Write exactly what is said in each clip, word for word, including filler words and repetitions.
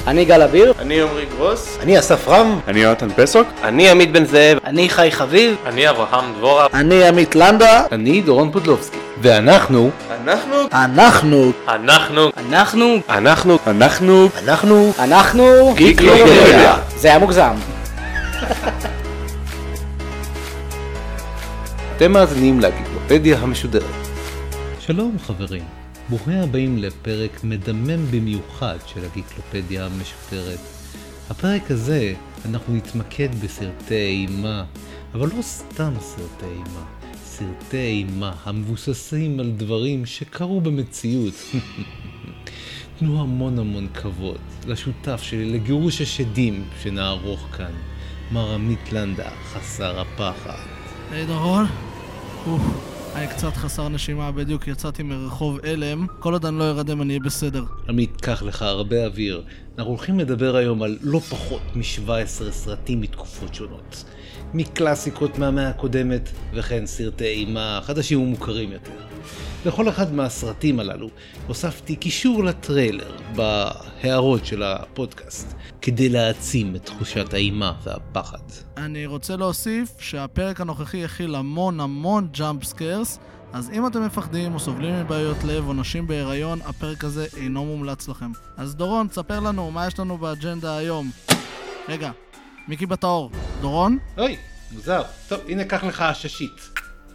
אני גל אביר. אני עומרי גרוס. אני אסף רם. אני יונתן פסוק. אני עמית בן זאב. אני חי חביב. אני אברהם דבורה. אני עמית לנדה. אני דורון פודלובסקי. ואנחנו אנחנו אנחנו אנחנו אנחנו אנחנו אנחנו אנחנו אנחנו גיקלופדיה. זה היה מוגזם. אתם מאזינים לגיקלופדיה המשודרת. שלום חברים, ברוכים הבאים לפרק מדמם במיוחד של הגיקלופדיה המשודרת. הפרק הזה אנחנו נתמקד בסרטי אימה, אבל לא סתם סרטי אימה, סרטי אימה המבוססים על דברים שקרו במציאות. תנו המון המון כבוד לשותף שלי לגירוש השדים שנערוך כאן, מר עמית לנדה, חסר הפחד. היי דורון, אוף, אני קצת חסר נשימה, בדיוק יצאתי מרחוב אלם, כל עוד אני לא ירדם אני אהיה בסדר. עמית, קח לך הרבה אוויר. אנחנו הולכים לדבר היום על לא פחות מ-שבעה עשר סרטים מתקופות שונות. מקלאסיקות מהמאה הקודמת, וכן סרטי אימה חדשים ומוכרים יותר. לכל אחד מהסרטים הללו הוספתי קישור לטריילר בהערות של הפודקאסט, כדי להעצים את תחושת האימה והפחד. אני רוצה להוסיף שהפרק הנוכחי יכיל המון המון ג'אמפ סקיירס, אז אם אתם מפחדים או סובלים מבעיות לב או נשים בהיריון, הפרק הזה אינו מומלץ לכם. אז דורון, תספר לנו מה יש לנו באג'נדה היום. רגע, מיקי בתאור, דורון? אוי, מוזר. טוב, הנה קח לך הששית.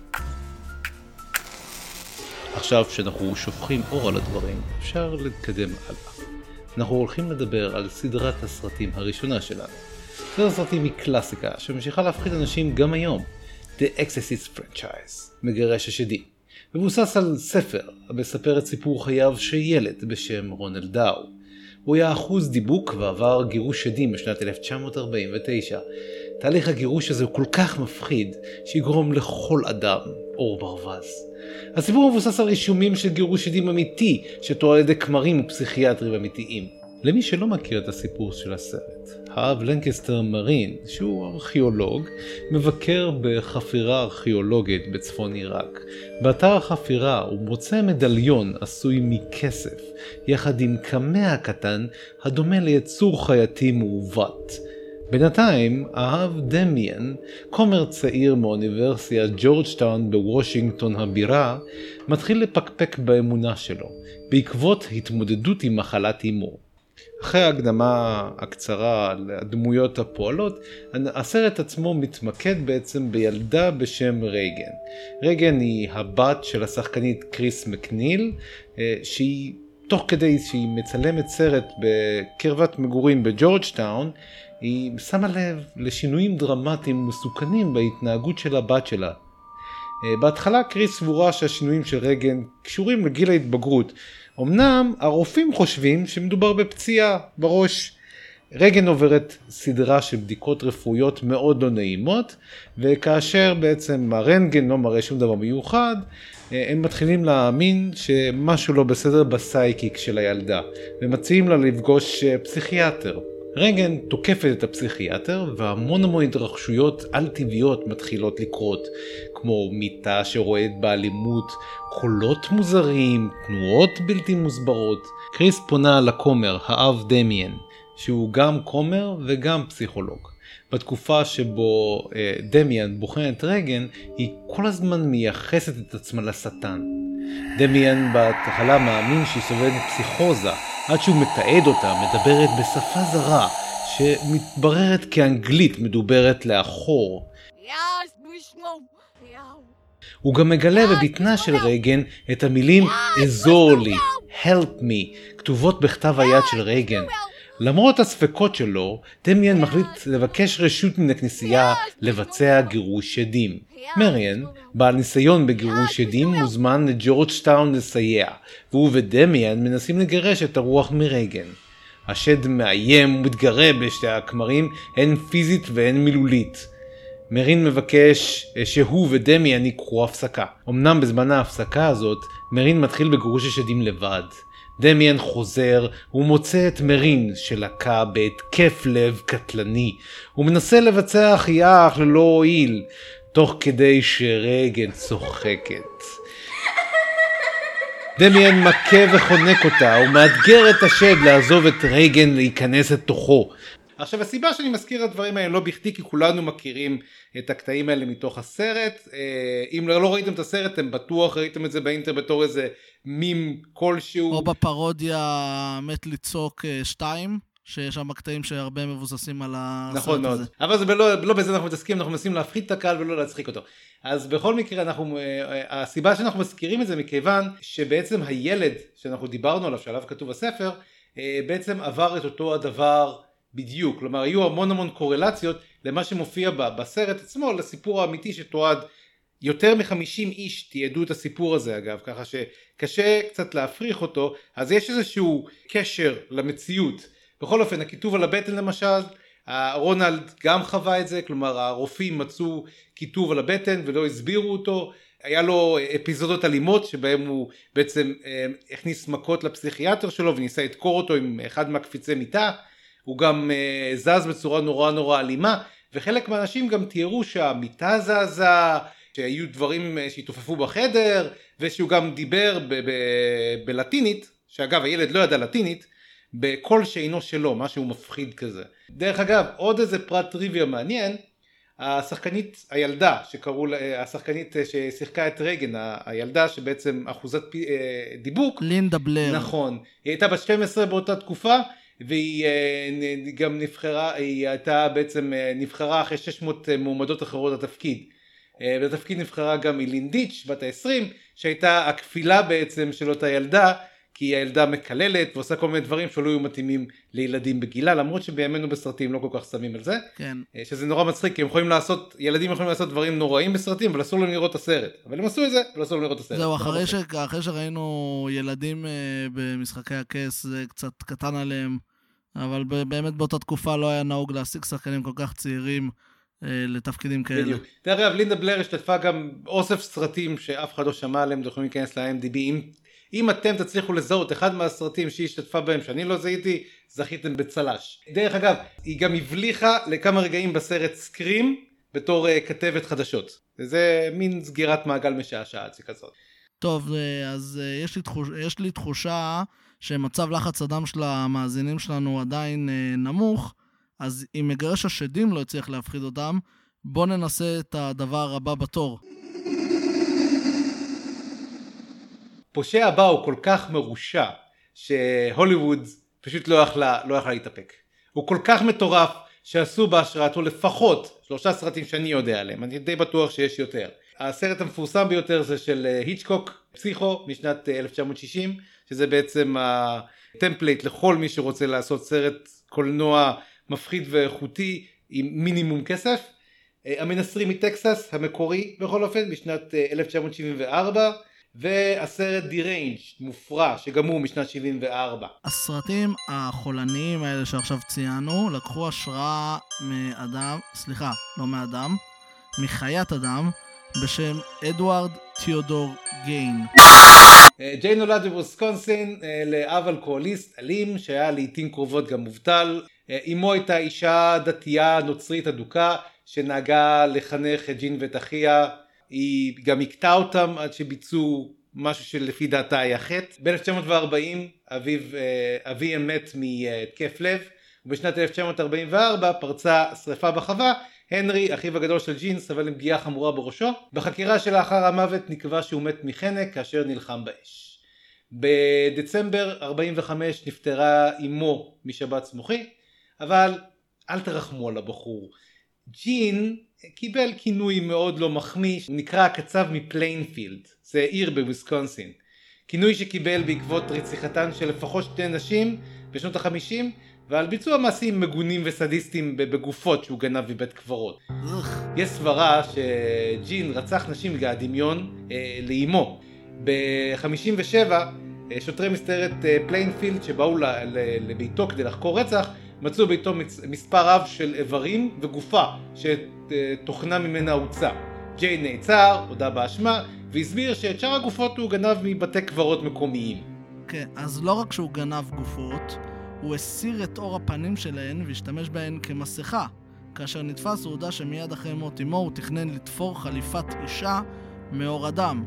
עכשיו שאנחנו שופכים אור על הדברים, אפשר להתקדם הלאה. אנחנו הולכים לדבר על סדרת הסרטים הראשונה שלנו. סדרת הסרטים היא קלאסיקה שממשיכה להפחיד אנשים גם היום. The Exorcist Franchise, מגרש השדים. מבוסס על ספר המספר את סיפור חייו של ילד בשם רונלד דאו. הוא היה אחוז דיבוק ועבר גירוש שדים בשנת אלף תשע מאות ארבעים ותשע. תהליך הגירוש הזה הוא כל כך מפחיד שיגרום לכל אדם אור ברווז. הסיפור מבוסס על רישומים של גירוש שדים אמיתי שתואר על ידי כמרים ופסיכיאטרים אמיתיים. למי שלא מכיר את הסיפור של הסרט, האב לנקסטר מרין, שהוא ארכיאולוג, מבקר בחפירה ארכיאולוגית בצפון עיראק. באתר החפירה הוא מוצא מדליון עשוי מכסף, יחד עם קמע הקטן הדומה ליצור חייתי מעוות. בינתיים, האב דמיאן, כומר צעיר מאוניברסיטת ג'ורג'טאון בוושינגטון הבירה, מתחיל לפקפק באמונה שלו, בעקבות התמודדות עם מחלת אימו. אחרי ההקדמה הקצרה על הדמויות הפועלות, הסרט עצמו מתמקד בעצם בילדה בשם רייגן. רייגן היא הבת של השחקנית קריס מקניל, שהיא תוך כדי שהיא מצלמת סרט בקרבת מגורים בג'ורג'טאון, היא שמה לב לשינויים דרמטיים ומסוכנים בהתנהגות של הבת שלה. בהתחלה קריס סבורה שהשינויים של רייגן קשורים לגיל ההתבגרות. אמנם הרופאים חושבים שמדובר בפציעה בראש. רייגן עוברת סדרה של בדיקות רפואיות מאוד לא נעימות, וכאשר בעצם הרנטגן לא מראה שום דבר מיוחד, הם מתחילים להאמין שמשהו לא בסדר בסייקיק של הילדה, ומציעים לה לפגוש פסיכיאטר. רייגן תוקפת את הפסיכיאטר, והמון המון התרחשויות על טבעיות מתחילות לקרות, כמו מיטה שרועדת באלימות, קולות מוזרים, תנועות בלתי מוסברות. קריס פונה לכומר, האב דמיאן, שהוא גם כומר וגם פסיכולוג. בתקופה שבו אה, דמיאן בוחן את רייגן, היא כל הזמן מייחסת את עצמה לשטן. דמיאן בהתחלה מאמין שהיא סובלת פסיכוזה, עד שהוא מתעד אותה, מדברת בשפה זרה, שמתבררת כאנגלית מדוברת לאחור. הוא גם מגלה בבטנה של רייגן את המילים עזור לי, help me, כתובות בכתב היד של רייגן. למרות הספקות שלו, דמיאן מחליט לבקש רשות מן הכנסייה לבצע גירוש שדים. מריאן, בעל ניסיון בגירוש שדים, מוזמן לג'ורג'טאון לסייע, והוא ודמיאן מנסים לגרש את הרוח מרייגן. השד מאיים ומתגרה בשתי הכמרים, הן פיזית והן מילולית. מרין מבקש שהוא ודמיאן יקחו הפסקה. אמנם בזמן ההפסקה הזאת, מרין מתחיל בגירוש השדים לבד. דמיאן חוזר, הוא מוצא את מרין שלקה בהתקף לב קטלני. הוא מנסה לבצע החייאה אך ללא הועיל, תוך כדי שרייגן צוחקת. דמיאן מכה וחונק אותה, הוא מאתגר את השד לעזוב את רייגן להיכנס לתוכו. עכשיו הסיבה שאני מזכיר את הדברים האלה לא בכדי, כי כולנו מכירים את הקטעים האלה מתוך הסרט. אם לא ראיתם את הסרט, אתם בטוח ראיתם את זה באינטרנט בתור איזה מים כלשהו. או בפרודיה מת לצעוק שתיים, שיש שם קטעים שהרבה מבוססים על הסרט הזה. נכון מאוד, אבל זה לא, לא בזה אנחנו מתעסקים, אנחנו מנסים להפחית את הקהל ולא להצחיק אותו. אז בכל מקרה, אנחנו, הסיבה שאנחנו מזכירים את זה מכיוון שבעצם הילד שאנחנו דיברנו עליו, שעליו כתוב הספר, בעצם עבר את אותו הדבר בדיוק. כלומר, היו המון המון קורלציות למה שמופיע בסרט עצמו, לסיפור האמיתי שתועד. יותר מ-חמישים איש תיעדו את הסיפור הזה אגב, ככה שקשה קצת להפריך אותו, אז יש איזשהו קשר למציאות. בכל אופן, הכיתוב על הבטן למשל, רונלד גם חווה את זה, כלומר הרופאים מצאו כיתוב על הבטן ולא הסבירו אותו, היה לו אפיזודות אלימות שבהם הוא בעצם הכניס מכות לפסיכיאטר שלו וניסה לדקור אותו עם אחד מהקפיצי מיטה, הוא גם זז בצורה נורא נורא אלימה, וחלק מהאנשים גם תיארו שהמיטה זזה, שהיו דברים שהתעופפו בחדר, ושהוא גם דיבר ב- ב- בלטינית, שאגב הילד לא ידע לטינית, בכל שאינו שלו, משהו מפחיד כזה. דרך אגב, עוד איזה פרט טריוויה מעניין, השחקנית, הילדה שקראו, השחקנית ששיחקה את רייגן, הילדה שבעצם אחוזת דיבוק. לינדה בלר. נכון. היא הייתה בת שתים עשרה באותה תקופה, והיא גם נבחרה, היא הייתה בעצם נבחרה אחרי שש מאות מועמדות אחרות לתפקיד. בתפקיד נבחרה גם אילין דיץ' בת ה-עשרים, שהייתה הכפילה בעצם של אותה ילדה, כי היא הילדה מקללת ועושה כל מיני דברים שלא היו מתאימים לילדים בגילה, למרות שבימינו בסרטים לא כל כך שמים על זה. כן. שזה נורא מצחיק, כי הם יכולים לעשות, ילדים יכולים לעשות דברים נוראים בסרטים, אבל אסור להם לראות את הסרט. אבל הם עשו את זה, אבל אסור להם לראות את הסרט. זהו, אחרי, ש... אחרי שראינו ילדים במשחקי הכס, זה קצת קטן עליהם, אבל באמת באותה תקופה לא היה נהוג להשיג שחקנים כל כך צעירים לתפקידים כאלה. בדיוק. דרך אגב, לינדה בלר השתתפה גם אוסף סרטים שאף אחד לא שמע עליהם, אתם יכולים להיכנס ל-איי אם די בי. אם, אם אתם תצליחו לזהות אחד מהסרטים שהיא השתתפה בהם, שאני לא זהיתי, זכיתם בצלש. דרך אגב, היא גם הבליחה לכמה רגעים בסרט סקרים, בתור uh, כתבת חדשות. זה מין סגירת מעגל משעשעת כזאת. טוב, אז uh, יש לי, תחוש... יש לי תחושה שמצב לחץ הדם של המאזינים שלנו עדיין uh, נמוך, אז אם מגרש השדים לא יצליח להפחיד אותם, בוא ננסה את הדבר הבא בתור. פושע הבא הוא כל כך מרושע, שהוליווד פשוט לא יכלה, לא יכלה להתאפק. הוא כל כך מטורף, שעשו בהשראתו לפחות שלושה סרטים שאני יודע עליהם, אני די בטוח שיש יותר. הסרט המפורסם ביותר זה של היצ'קוק, פסיכו, משנת אלף תשע מאות שישים, שזה בעצם הטמפלייט לכל מי שרוצה לעשות סרט קולנוע מפחיד ואיכותי עם מינימום כסף. המנסרים מטקסס, המקורי בכל אופן, משנת אלף תשע מאות שבעים וארבע, והסרט דיריינג' מופרע, שגם הוא משנת שבעים וארבע. הסרטים החולניים האלה שעכשיו ציינו, לקחו השראה מאדם, סליחה, לא מאדם, מחיית אדם, בשם אדוארד תיאודור גיין. ג'יין נולד בוויסקונסין לאב אלכוהוליסט אלים, שהיה לעיתים קרובות גם מובטל. אמו הייתה אישה דתייה נוצרית אדוקה, שנהגה לחנך את ג'ין ואת אחיה. היא גם הכתה אותם עד שביצעו משהו שלפי דעתה היה חטא. ב-אלף תשע מאות וארבעים אביו, אביהם מת מתקף לב, ובשנת אלף תשע מאות ארבעים וארבע פרצה שריפה בחווה. הנרי, אחיו הגדול של ג'ין, סבל עם פגיעה חמורה בראשו. בחקירה שלאחר המוות נקבע שהוא מת מחנק כאשר נלחם באש. בדצמבר ארבעים וחמש נפטרה אמו משבץ מוחי, אבל אל תרחמו על הבחור. ג'ין קיבל כינוי מאוד לא מחמיא, הוא נקרא הקצב מפליינפילד, זה עיר בוויסקונסין. כינוי שקיבל בעקבות רציחתן של לפחות שתי נשים בשנות החמישים, ועל ביצוע מעשים מגונים וסדיסטיים בגופות שהוא גנב מבית קברות. יש סברה שג'ין רצח נשים בגלל הדמיון אה, לאמו. ב-חמישים ושבע שוטרי מסתערת אה, פליינפילד שבאו לביתו כדי לחקור רצח, מצאו ביתו מספר רב של איברים וגופה שתוכנה ממנה הוצא. ג'יין נעצר, הודה באשמה, והסביר שאת שאר הגופות הוא גנב מבתי קברות מקומיים. כן, אז לא רק שהוא גנב גופות, הוא הסיר את אור הפנים שלהן והשתמש בהן כמסכה. כאשר נתפס הוא הודה שמיד אחרי מות אמו הוא תכנן לתפור חליפת אישה מאור אדם.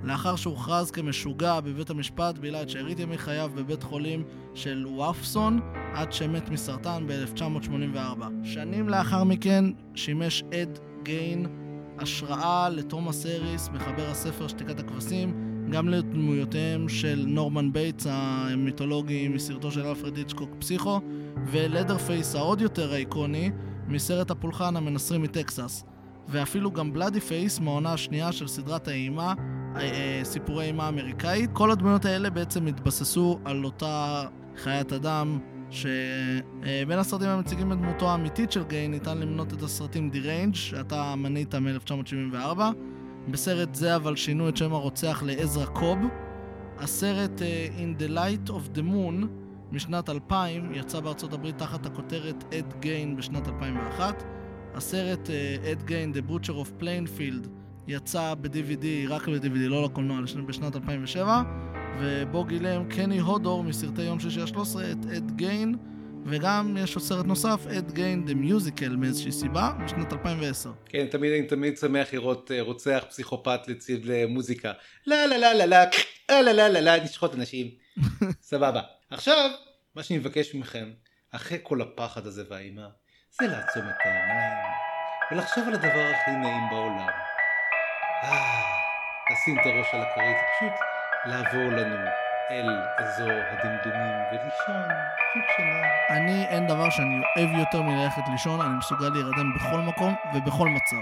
לאחר שהוכרז כמשוגע בבית המשפט, בילה את שארית ימי חייו בבית חולים של וואפסון, עד שמת מסרטן ב-אלף תשע מאות שמונים וארבע. שנים לאחר מכן שימש אד גיין השראה לתומאס האריס, מחבר הספר שתיקת הכבשים, גם לדמויותיהם של נורמן בייטס המיתולוגי מסרטו של אלפרד היצ'קוק פסיכו, ולדרפייס העוד יותר האיקוני מסרט הפולחן המנסרים מטקסס, ואפילו גם בלאדי פייס מהעונה השנייה של סדרת האימה, סיפורי אימה אמריקאית. כל הדמויות האלה בעצם התבססו על אותה חיית אדם, שבין הסרטים המציגים את דמותו האמיתית של גיין ניתן למנות את הסרטים די-ריינג' שאתה מנית מ-אלף תשע מאות שבעים וארבע. בסרט זה אבל שינו את שם הרוצח לעזרא קוב. הסרט uh, In the Light of the Moon משנת אלפיים יצא בארצות הברית תחת הכותרת Ed Gein בשנת אלפיים ואחת. הסרט uh, Ed Gein The Butcher of Plainfield יצא ב-די וי די, רק ב-די וי די, לא לקולנוע, בשנת אלפיים ושבע, ובו גילם קני הודור מסרטי יום שישי ה-שלוש עשרה את Ed Gein, וגם יש עוד סרט נוסף, Ed Gein The Musical מאיזושהי סיבה, בשנת אלפיים ועשר. כן, תמיד אני תמיד שמח לראות רוצח פסיכופת לציד למוזיקה. לא, לא, לא, לא, לא, לא, לא, לא, לא, נשחוט אנשים. סבבה. עכשיו, מה שאני מבקש מכם, אחרי כל הפחד הזה והאימה, זה לעצום את העיניים, ולחשוב על הדבר הכי נעים בעולם. אה, לשים את הראש על הכרית, פשוט לעבור לנו אל אזור הדמדומים ולישון, פשוט שינה. אני, אין דבר שאני אוהב יותר מללכת לישון, אני מסוגל להירדם בכל מקום ובכל מצב.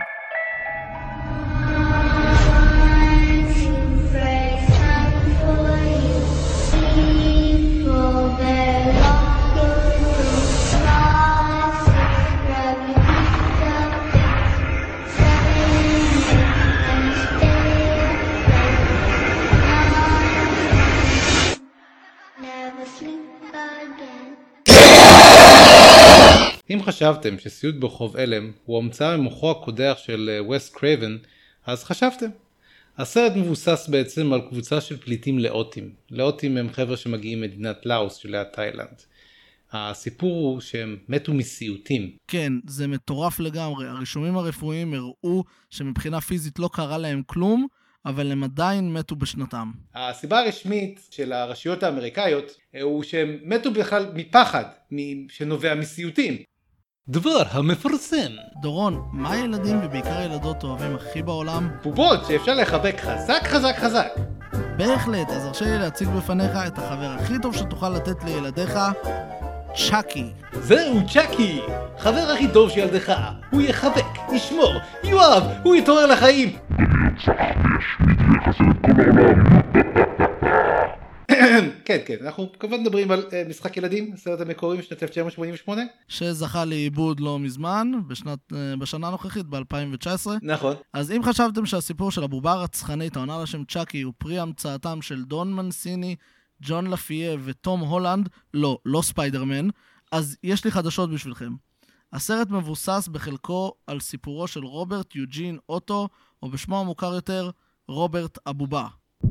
אם חשבתם שסיוט ברחוב אלם הוא המצאה ממוחו הקודח של וס קרייבן, אז חשבתם. הסרט מבוסס בעצם על קבוצה של פליטים לאוטים. לאוטים הם חבר'ה שמגיעים מדינת לאוס שליד תאילנד. הסיפור הוא שהם מתו מסיוטים. כן, זה מטורף לגמרי. הרישומים הרפואיים הראו שמבחינה פיזית לא קרה להם כלום, אבל הם עדיין מתו בשנתם. הסיבה הרשמית של הרשויות האמריקאיות הוא שהם מתו בכלל מפחד, שנובע מסיוטים. דבר המפרסם. דורון, מה הילדים ובעיקר ילדות אוהבים הכי בעולם? בובות שאפשר לחבק חזק חזק חזק. בהחלט, אז הרשה לי להציג בפניך את החבר הכי טוב שתוכל לתת לילדיך, צ'אקי. זהו צ'אקי, חבר הכי טוב של ילדך. הוא יחבק, ישמור, יואב, הוא יתעורר לחיים. כן, כן, אנחנו כמובן מדברים על משחק ילדים, הסרט המקורי משנת אלף תשע מאות שמונים ושמונה. שזכה לעיבוד לא מזמן, בשנת, בשנה הנוכחית, ב-אלפיים תשע עשרה. נכון. אז אם חשבתם שהסיפור של הבובה הרצחנית, העונה לשם צ'אקי, הוא פרי המצאתם של דון מנסיני, ג'ון לפיה וטום הולנד, לא, לא ספיידרמן, אז יש לי חדשות בשבילכם. הסרט מבוסס בחלקו על סיפורו של רוברט יוג'ין אוטו, או בשמו המוכר יותר, רוברט הבובה.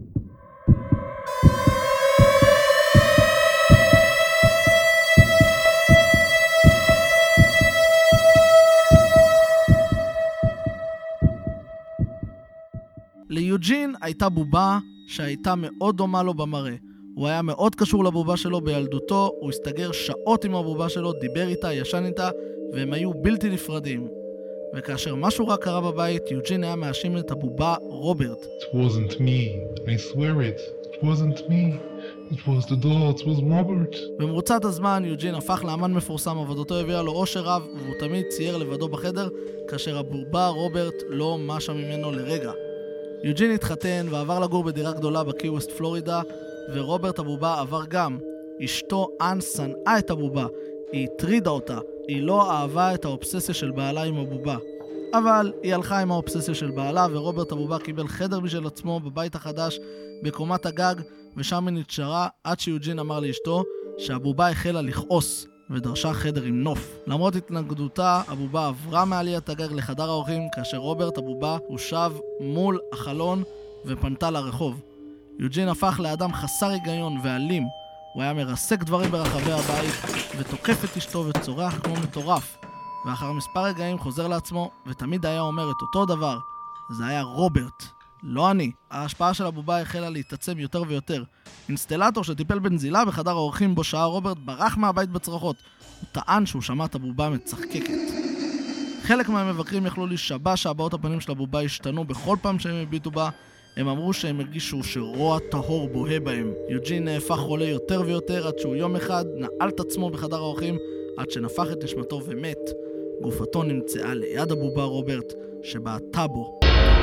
ליוג'ין הייתה בובה שהייתה מאוד דומה לו במראה. הוא היה מאוד קשור לבובה שלו בילדותו, הוא הסתגר שעות עם הבובה שלו, דיבר איתה, ישן איתה, והם היו בלתי נפרדים. וכאשר משהו רע קרה בבית, יוג'ין היה מאשים את הבובה רוברט. It wasn't me, I swear it. It wasn't me. It was the doll, it was Robert. במרוצת הזמן יוג'ין הפך לאמן מפורסם, עבודתו הביאה לו אושר רב, והוא תמיד צייר לבדו בחדר, כאשר הבובה רוברט לא משה ממנו לרגע. יוג'ין התחתן ועבר לגור בדירה גדולה בקי ווסט פלורידה, ורוברט הבובה עבר גם. אשתו אן שנאה את הבובה, היא הטרידה אותה, היא לא אהבה את האובססיה של בעלה עם הבובה. אבל היא הלכה עם האובססיה של בעלה, ורוברט הבובה קיבל חדר בשל עצמו בבית החדש בקומת הגג, ושם היא נתשרה עד שיוג'ין אמר לאשתו שהבובה החלה לכעוס ודרשה חדר עם נוף. למרות התנגדותה, הבובה עברה מעליית הגג לחדר האורחים, כאשר רוברט הבובה הושב מול החלון ופנתה לרחוב. יוג'ין הפך לאדם חסר היגיון ואלים. הוא היה מרסק דברים ברחבי הבית ותוקף את אשתו וצורח כמו מטורף. ואחר מספר רגעים חוזר לעצמו ותמיד היה אומר את אותו דבר. זה היה רוברט. לא אני. ההשפעה של הבובה החלה להתעצם יותר ויותר. אינסטלטור שטיפל בנזילה בחדר האורחים בו שעה רוברט ברח מהבית בצרחות. הוא טען שהוא שמע את הבובה מצחקקת. חלק מהמבקרים יכלו להישבע שהבעות הפנים של הבובה השתנו בכל פעם שהם הביטו בה. הם אמרו שהם הרגישו שרוע טהור בוהה בהם. יוג'ין נהפך חולה יותר ויותר עד שהוא יום אחד נעל את עצמו בחדר האורחים עד שנפח את נשמתו ומת. גופתו נמצאה ליד הבובה רוברט שבעטה בו.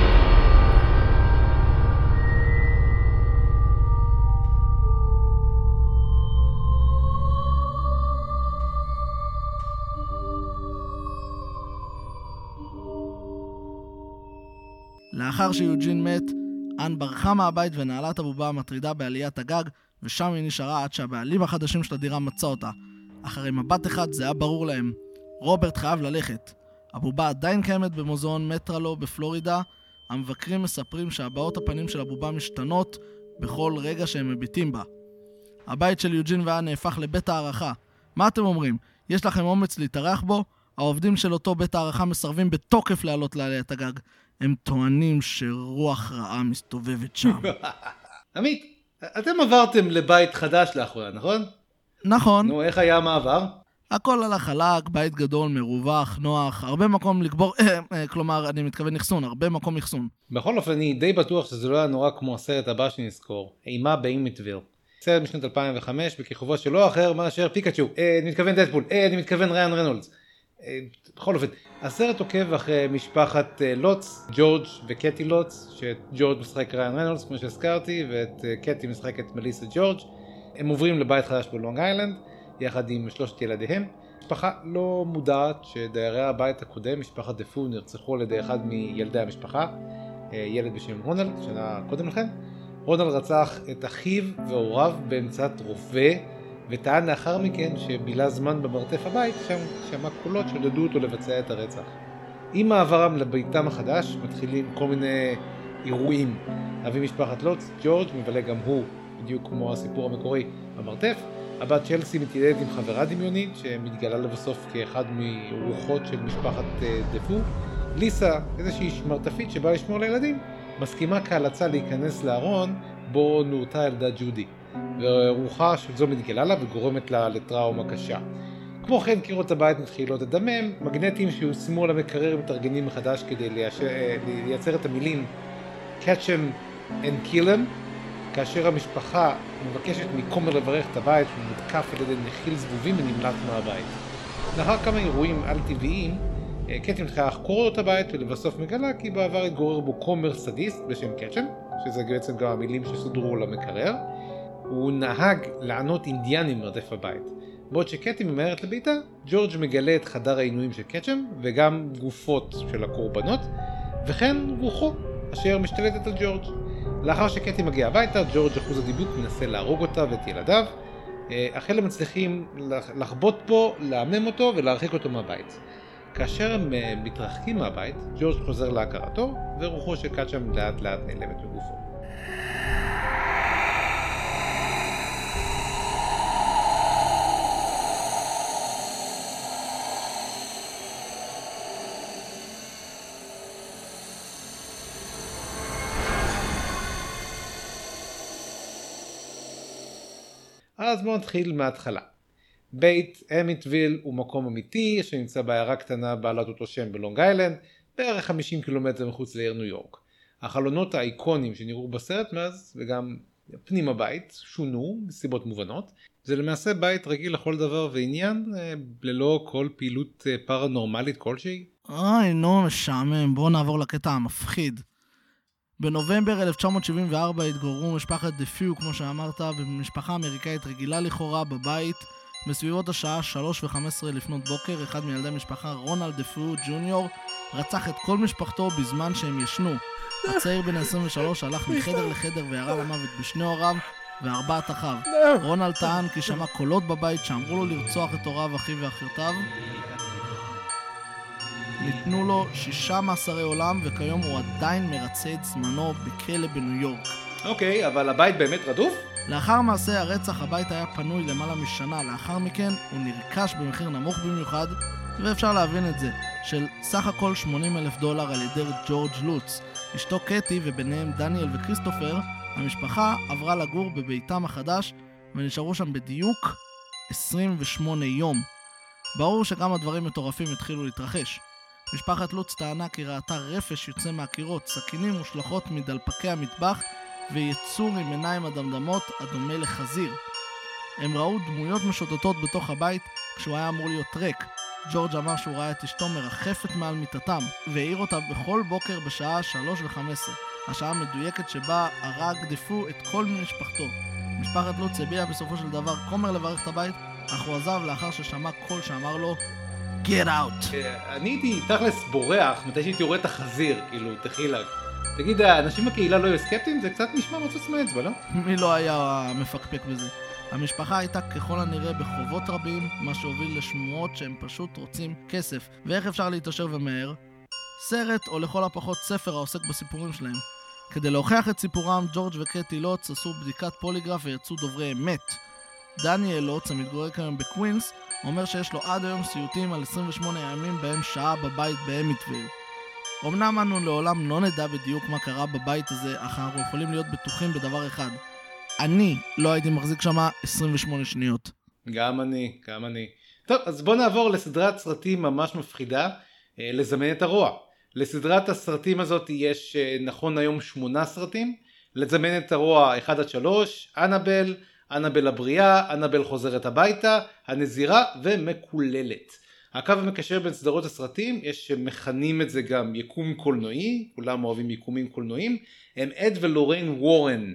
לאחר שיוג'ין מת, אן ברחה מהבית ונעלה את הבובה המטרידה בעליית הגג, ושם היא נשארה עד שהבעלים החדשים של הדירה מצא אותה. אחרי מבט אחד זה היה ברור להם. רוברט חייב ללכת. הבובה עדיין קיימת במוזיאון מטרלו בפלורידה. המבקרים מספרים שהבעות הפנים של הבובה משתנות בכל רגע שהם מביטים בה. הבית של יוג'ין ואן נהפך לבית הערכה. מה אתם אומרים? יש לכם אומץ להתארח בו? העובדים של אותו בית הערכה מסרבים בתוקף לעלות לעליית הגג. הם טוענים שרוח רעה מסתובבת שם. עמית, אתם עברתם לבית חדש לאחרונה, נכון? נכון. נו, איך היה המעבר? הכל על החלק, בית גדול, מרווח, נוח, הרבה מקום לקבור, כלומר, אני מתכוון נחסון, הרבה מקום נחסון. בכל אופן, אני די בטוח שזה לא היה נורא כמו הסרט הבא שנזכור, אימה באימיטוויל. סרט משנת אלפיים וחמש, בכיכובו שלא אחר מאשר פיקאצ'ו, אה, אני מתכוון דדפול, אה, אני מתכוון ריין רנולדס. אה, בכל אופן, הסרט עוקב אחרי משפחת אה, לוטס, ג'ורג' וקטי לוטס, שג'ורג' משחק ריין רנולדס, כמו שהזכרתי, ואת אה, קטי משחקת מליסה ג'ורג'. הם עוברים לבית חדש בלונג איילנד, יחד עם שלושת ילדיהם. משפחה לא מודעת שדיירי הבית הקודם, משפחת דפו, נרצחו על ידי אחד מילדי המשפחה, ילד בשם רונלד, שנה קודם לכן. רונלד רצח את אחיו והוריו באמצעת רופא, וטען לאחר מכן שבילה זמן במרתף הבית, שם שמע קולות שדדו אותו לבצע את הרצח. עם מעברם לביתם החדש מתחילים כל מיני אירועים. אבי משפחת לוטס, ג'ורג', מבלה גם הוא, בדיוק כמו הסיפור המקורי, במרתף. הבת צ'לסי מתיידדת עם חברה דמיונית שמתגלה לבסוף כאחד מרוחות של משפחת דפו. ליסה, איזושהי שמרטפית שבאה לשמור לילדים, מסכימה כהלצה להיכנס לארון בו נורתה ילדה ג'ודי, ורוחה של זו מתגלה לה וגורמת לה לטראומה קשה. כמו כן, קירות הבית מתחילות לדמם, מגנטים שהושמו על המקרר מתארגנים מחדש כדי לייצר את המילים catch them and kill them, כאשר המשפחה מבקשת מקומר לברך את הבית, שהוא מותקף על ידי נחיל זבובים ונמלט מהבית. לאחר כמה אירועים על טבעיים, קטי מתחילה לחקור את הבית ולבסוף מגלה כי בעבר התגורר בו כומר סדיסט בשם קצ'ם, שזה בעצם גם המילים שסודרו למקרר. הוא נהג לענות אינדיאנים מרדף הבית. בעוד שקטי ממהרת לביתה, ג'ורג' מגלה את חדר העינויים של קצ'ם וגם גופות של הקורבנות, וכן רוחו אשר משתלטת על ג'ורג'. לאחר שקטי מגיע הביתה, ג'ורג' אחוז הדיבוק מנסה להרוג אותה ואת ילדיו, אך אלה מצליחים לחבוט בו, להמם אותו ולהרחיק אותו מהבית. כאשר הם מתרחקים מהבית, ג'ורג' חוזר להכרתו, ורוחו של קצ'ם לאט לאט נעלמת מגופו. אז בואו נתחיל מההתחלה. בית אמיטוויל הוא מקום אמיתי שנמצא בעיירה קטנה בעלת אותו שם בלונג איילנד, בערך חמישים קילומטר מחוץ לעיר ניו יורק. החלונות האיקונים שנראו בסרט מאז וגם פנים הבית שונו מסיבות מובנות. זה למעשה בית רגיל לכל דבר ועניין, ללא כל פעילות פרנורמלית כלשהי. אוי, נו, משעמם, בואו נעבור לקטע המפחיד. בנובמבר אלף תשע מאות שבעים וארבע התגוררו משפחת דפו, כמו שאמרת, במשפחה אמריקאית רגילה לכאורה בבית. בסביבות השעה שלוש וחמש עשרה לפנות בוקר, אחד מילדי המשפחה, רונלד דפו ג'וניור, רצח את כל משפחתו בזמן שהם ישנו. הצעיר בן עשרים ושלוש הלך מחדר לחדר וירה למוות בשני הוריו וארבעת אחיו. רונלד טען כי שמע קולות בבית שאמרו לו לרצוח את הוריו, אחיו ואחיותיו. ניתנו לו שישה מאסרי עולם, וכיום הוא עדיין מרצה את זמנו בכלא בניו יורק. אוקיי, אבל הבית באמת רדוף? לאחר מעשה הרצח הבית היה פנוי למעלה משנה. לאחר מכן הוא נרכש במחיר נמוך במיוחד, ואפשר להבין את זה, של סך הכל שמונים אלף דולר על ידי ג'ורג' לוטס. אשתו קטי וביניהם דניאל וכריסטופר, המשפחה עברה לגור בביתם החדש ונשארו שם בדיוק עשרים ושמונה יום. ברור שגם הדברים מטורפים התחילו להתרחש. משפחת לוץ טענה כי ראתה רפש יוצא מהקירות, סכינים מושלכות מדלפקי המטבח ויצור עם עיניים אדמדמות הדומה לחזיר. הם ראו דמויות משוטטות בתוך הבית כשהוא היה אמור להיות ריק. ג'ורג' אמר שהוא ראה את אשתו מרחפת מעל מיטתם והעיר אותה בכל בוקר בשעה שלוש וחמש עשרה, השעה המדויקת שבה הרקדפו את כל משפחתו. משפחת לוץ הביעה בסופו של דבר כומר לברך את הבית, אך הוא עזב לאחר ששמע קול שאמר לו Get out! אני הייתי תכלס בורח מתי שהייתי רואה את החזיר, כאילו, תחילה. תגיד, האנשים בקהילה לא היו סקפטיים? זה קצת נשמע מצוץ מאצבע, לא? מי לא היה מפקפק בזה? המשפחה הייתה ככל הנראה בחובות רבים, מה שהוביל לשמועות שהם פשוט רוצים כסף. ואיך אפשר להתעשר ומהר? סרט, או לכל הפחות ספר העוסק בסיפורים שלהם. כדי להוכיח את סיפורם, ג'ורג' וקטי לוץ עשו בדיקת פוליגרף ויצאו דוברי אמת. דניאל לוץ, המתגורר כיום בקווינס, אומר שיש לו עד היום סיוטים על עשרים ושמונה ימים בהם שעה בבית באמיטוויל. אמנם אנו לעולם לא נדע בדיוק מה קרה בבית הזה, אך אנחנו יכולים להיות בטוחים בדבר אחד. אני לא הייתי מחזיק שמה עשרים ושמונה שניות. גם אני, גם אני. טוב, אז בוא נעבור לסדרת סרטים ממש מפחידה, לזמן את הרוע. לסדרת הסרטים הזאת יש נכון היום שמונה סרטים. לזמן את הרוע אחד עד שלוש, אנבל, אנבל הבריאה, אנבל חוזרת הביתה, הנזירה ומקוללת. הקו המקשר בין סדרות הסרטים, יש שמכנים את זה גם יקום קולנועי, כולם אוהבים יקומים קולנועיים, הם אד ולוריין וורן.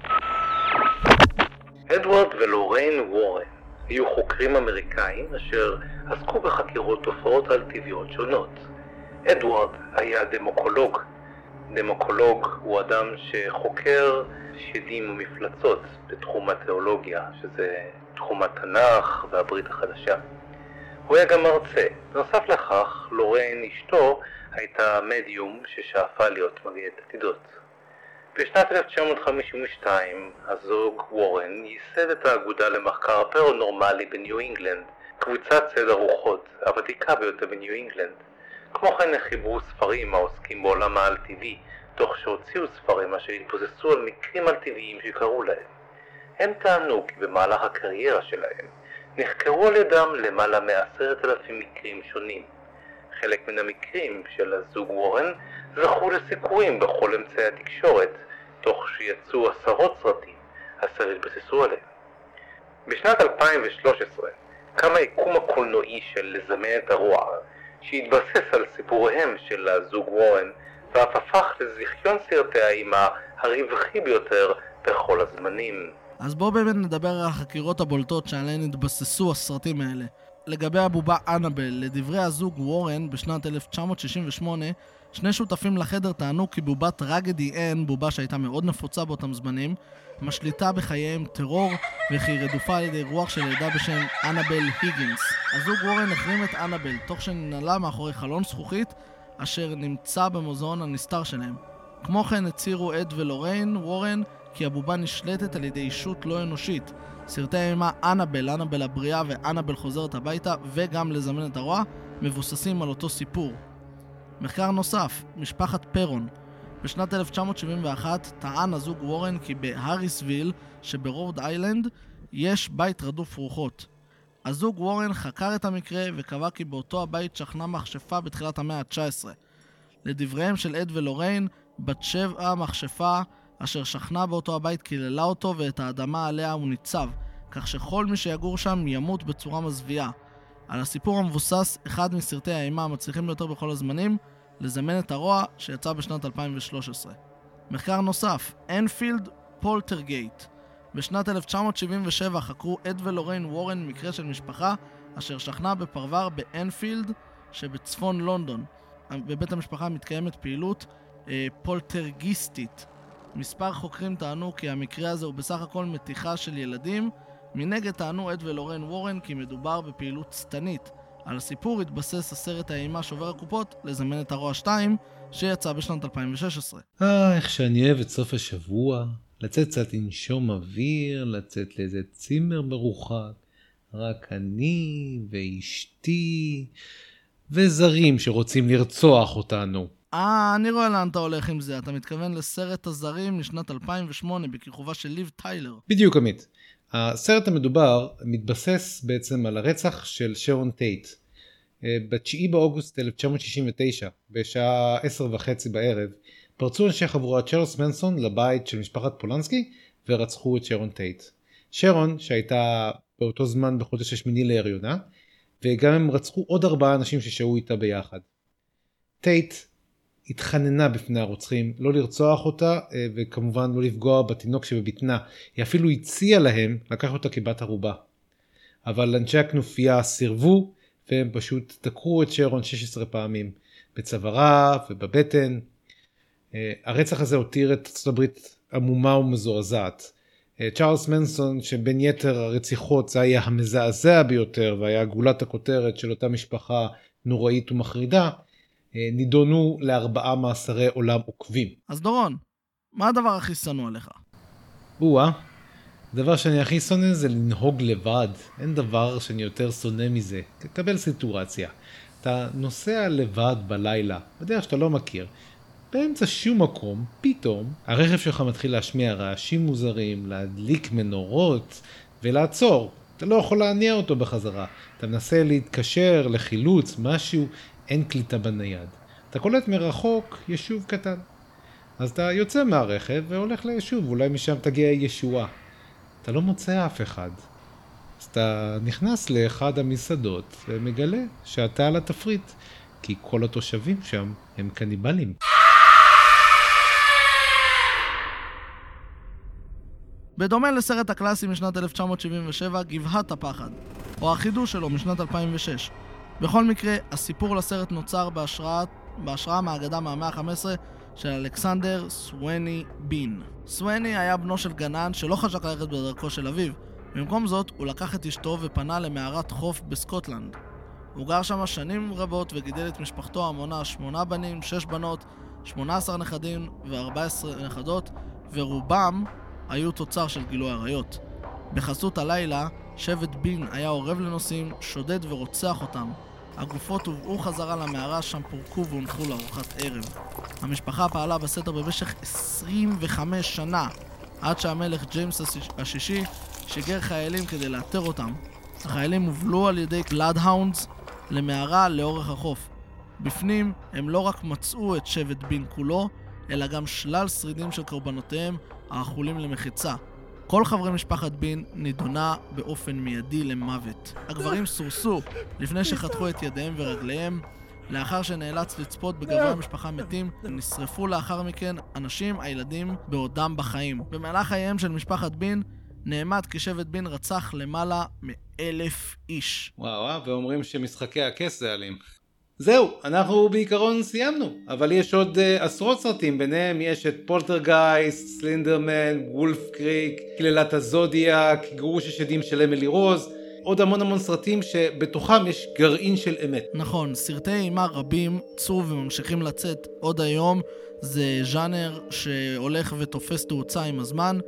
אדוארד ולוריין וורן היו חוקרים אמריקאים אשר עסקו בחקירות תופעות על-טבעיות שונות. אדוארד היה דמוקולוג. דמוקולוג הוא אדם שחוקר שדים ומפלצות בתחום התיאולוגיה, שזה תחום התנ"ך והברית החדשה. הוא היה גם מרצה. בנוסף לכך, לוריין אשתו הייתה מדיום ששאפה להיות מגיעת עתידות. בשנת אלף תשע מאות חמישים ושתיים, הזוג וורן ייסד את האגודה למחקר הפרנורמלי בניו אינגלנד, קבוצת צד הרוחות הוותיקה ביותר בניו אינגלנד. כמו כן חיברו ספרים העוסקים בעולם העל-טבעי, תוך שהוציאו ספרים אשר התבוססו על מקרים על-טבעיים שקרו להם. הם טענו כי במהלך הקריירה שלהם נחקרו על ידם למעלה מעשרת אלפים מקרים שונים. חלק מן המקרים של הזוג וורן זכו לסיקורים בכל אמצעי התקשורת, תוך שיצאו עשרות סרטים אשר התבססו עליהם. בשנת אלפיים ושלוש עשרה קם היקום הקולנועי של לזמן את הרוע, שהתבסס על סיפוריהם של הזוג וורן, ואף הפך לזיכיון סרטי האימה הרווחי ביותר בכל הזמנים. אז בואו באמת נדבר על החקירות הבולטות שעליהן התבססו הסרטים האלה. לגבי הבובה אנבל, לדברי הזוג וורן בשנת אלף תשע מאות שישים ושמונה, שני שותפים לחדר טענו כי בובת רגדי אן, בובה שהייתה מאוד נפוצה באותם זמנים, משליטה בחייהם טרור וכי רדופה על ידי רוח של ילדה בשם אנבל היגינס. הזוג וורן החרים את אנבל תוך שננעלה מאחורי חלון זכוכית אשר נמצא במוזיאון הנסתר שלהם. כמו כן הצהירו אד ולוריין וורן כי הבובה נשלטת על ידי אישות לא אנושית. סרטי האימה אנבל, אנבל הבריאה ואנבל חוזרת הביתה וגם לזמן את הרוע מבוססים על אותו סיפור. מחקר נוסף, משפחת פרון. בשנת אלף תשע מאות שבעים ואחת טען הזוג וורן כי בהריסוויל שברוד איילנד יש בית רדוף רוחות. הזוג וורן חקר את המקרה וקבע כי באותו הבית שכנה מכשפה בתחילת המאה ה-תשע עשרה. לדבריהם של אד ולוריין, בת שבע מכשפה אשר שכנה באותו הבית קיללה אותו ואת האדמה עליה הוא ניצב, כך שכל מי שיגור שם ימות בצורה מזוויעה. על הסיפור המבוסס אחד מסרטי האימה המצליחים ביותר בכל הזמנים, לזמן את הרוע, שיצא בשנת אלפיים ושלוש עשרה. מחקר נוסף, אנפילד פולטרגייט. בשנת אלף תשע מאות שבעים ושבע חקרו אד ולוריין וורן מקרה של משפחה אשר שכנה בפרבר באנפילד שבצפון לונדון. בבית המשפחה מתקיימת פעילות אה, פולטרגיסטית. מספר חוקרים טענו כי המקרה הזה הוא בסך הכל מתיחה של ילדים, מנגד טענו אד ולוריין וורן כי מדובר בפעילות סתנית. על הסיפור התבסס הסרט האימה שובר הקופות לזמן את הרוע שתיים שיצא בשנת אלפיים ושש עשרה. אה, איך שאני אוהב את סוף השבוע, לצאת קצת לנשום אוויר, לצאת לאיזה צימר מרוחק, רק אני ואשתי וזרים שרוצים לרצוח אותנו. אה, אני רואה לאן אתה הולך עם זה. אתה מתכוון לסרט הזרים משנת אלפיים ושמונה בכיכובה של ליב טיילר. בדיוק עמית. הסרט המדובר מתבסס בעצם על הרצח של שרון טייט. ב-תשעה באוגוסט אלף תשע מאות שישים ותשע, בשעה עשר וחצי בערב, פרצו אנשי חבורת צ'ארלס מנסון לבית של משפחת פולנסקי ורצחו את שרון טייט. שרון, שהייתה באותו זמן בחודש השמיני להריונה, וגם הם רצחו עוד ארבעה אנשים ששהו איתה ביחד. טייט התחננה בפני הרוצחים לא לרצוח אותה, וכמובן לא לפגוע בתינוק שבבטנה. היא אפילו הציעה להם לקח אותה כבת ערובה. אבל אנשי הכנופיה סירבו, והם פשוט דקרו את שרון שש עשרה פעמים, בצווארה ובבטן. הרצח הזה הותיר את ארצות הברית עמומה ומזועזעת. צ'ארלס מנסון, שבין יתר הרציחות זה היה המזעזע ביותר, והיה גולת הכותרת של אותה משפחה נוראית ומחרידה, נידונו לארבעה מאסרי עולם עוקבים. אז דורון, מה הדבר הכי שנוא עליך? בואה, הדבר שאני הכי שונא זה לנהוג לבד. אין דבר שאני יותר שונא מזה. תקבל סיטואציה. אתה נוסע לבד בלילה, בדרך שאתה לא מכיר, באמצע שום מקום, פתאום, הרכב שלך מתחיל להשמיע רעשים מוזרים, להדליק מנורות ולעצור. אתה לא יכול להניע אותו בחזרה. אתה מנסה להתקשר לחילוץ, משהו, אין קליטה בנייד. אתה קולט מרחוק ישוב קטן. אז אתה יוצא מהרכב והולך לישוב, אולי משם תגיע ישועה. אתה לא מוצא אף אחד. אז אתה נכנס לאחד המסעדות ומגלה שאתה על התפריט, כי כל התושבים שם הם קניבלים. בדומה לסרט הקלאסי משנת אלף תשע מאות שבעים ושבע, גבעת הפחד, או החידוש שלו משנת אלפיים ושש. בכל מקרה, הסיפור לסרט נוצר בהשראה, בהשראה מהאגדה מהמאה ה-חמש עשרה של אלכסנדר סווני בין. סווני היה בנו של גנן שלא חשק ללכת בדרכו של אביו. במקום זאת, הוא לקח את אשתו ופנה למערת חוף בסקוטלנד. הוא גר שם שנים רבות וגידל את משפחתו המונה שמונה בנים, שש בנות, שמונה עשר נכדים ו-ארבע עשרה נכדות, ורובם היו תוצר של גילוי עריות. בחסות הלילה, שבט בין היה עורב לנוסעים, שודד ורוצח אותם. הגופות הובאו חזרה למערה, שם פורקו והונחו לארוחת ערב. המשפחה פעלה בסתר במשך עשרים וחמש שנה, עד שהמלך ג'יימס השישי שיגר חיילים כדי לאתר אותם. החיילים הובלו על ידי בלאדהאונדס למערה לאורך החוף. בפנים הם לא רק מצאו את שבט בין כולו, אלא גם שלל שרידים של קורבנותיהם האכולים למחיצה. כל חברי משפחת בין נידונה באופן מיידי למוות. הגברים סורסו לפני שחתכו את ידיהם ורגליהם. לאחר שנאלץ לצפות בגברי המשפחה מתים, נשרפו לאחר מכן אנשים, הילדים, בעודם בחיים. במהלך חייהם של משפחת בין נאמד כי שבט בין רצח למעלה מאלף איש. וואו, ואומרים שמשחקי הכס זה אלים. זהו, אנחנו בעיקרון סיימנו, אבל יש עוד uh, עשרות סרטים, ביניהם יש את פולטרגייסט, סלינדרמן, וולף קריק, כלילת הזודיאק, גירוש השדים של אמילי רוז, עוד המון המון סרטים שבתוכם יש גרעין של אמת. נכון, סרטי אימה רבים צאו וממשיכים לצאת עוד היום, זה ז'אנר שהולך ותופס תאוצה עם הזמן,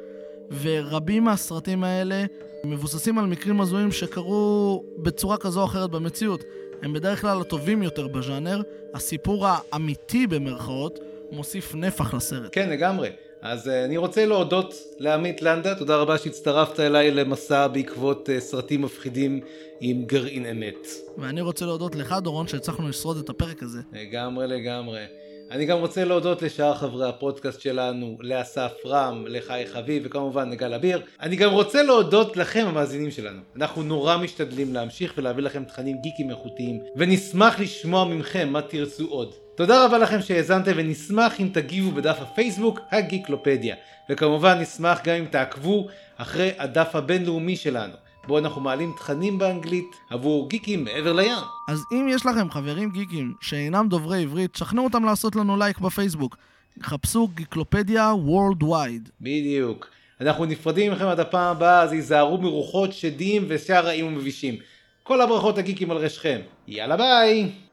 ורבים מהסרטים האלה מבוססים על מקרים הזויים שקרו בצורה כזו או אחרת במציאות. הם בדרך כלל הטובים יותר בז'אנר, הסיפור האמיתי במרכאות מוסיף נפח לסרט. כן, לגמרי. אז uh, אני רוצה להודות לעמית לנדה, תודה רבה שהצטרפת אליי למסע בעקבות uh, סרטים מפחידים עם גרעין אמת. ואני רוצה להודות לך דורון שהצלחנו לשרוד את הפרק הזה. לגמרי, לגמרי. אני גם רוצה להודות לשאר חברי הפודקאסט שלנו, לאסף רם, לחי חביב וכמובן לגל אביר. אני גם רוצה להודות לכם המאזינים שלנו. אנחנו נורא משתדלים להמשיך ולהביא לכם תכנים גיקים איכותיים, ונשמח לשמוע ממכם מה תרצו עוד. תודה רבה לכם שהאזנתם, ונשמח אם תגיבו בדף הפייסבוק הגיקלופדיה. וכמובן נשמח גם אם תעקבו אחרי הדף הבינלאומי שלנו, בו אנחנו מעלים תכנים באנגלית עבור גיקים מעבר לים. אז אם יש לכם חברים גיקים שאינם דוברי עברית, שכנעו אותם לעשות לנו לייק בפייסבוק. חפשו גיקלופדיה Worldwide. בדיוק. אנחנו נפרדים מכם עד הפעם הבאה, אז ייזהרו מרוחות שדים ושאר רעים ומבישים. כל הברכות הגיקים על ראשכם. יאללה ביי!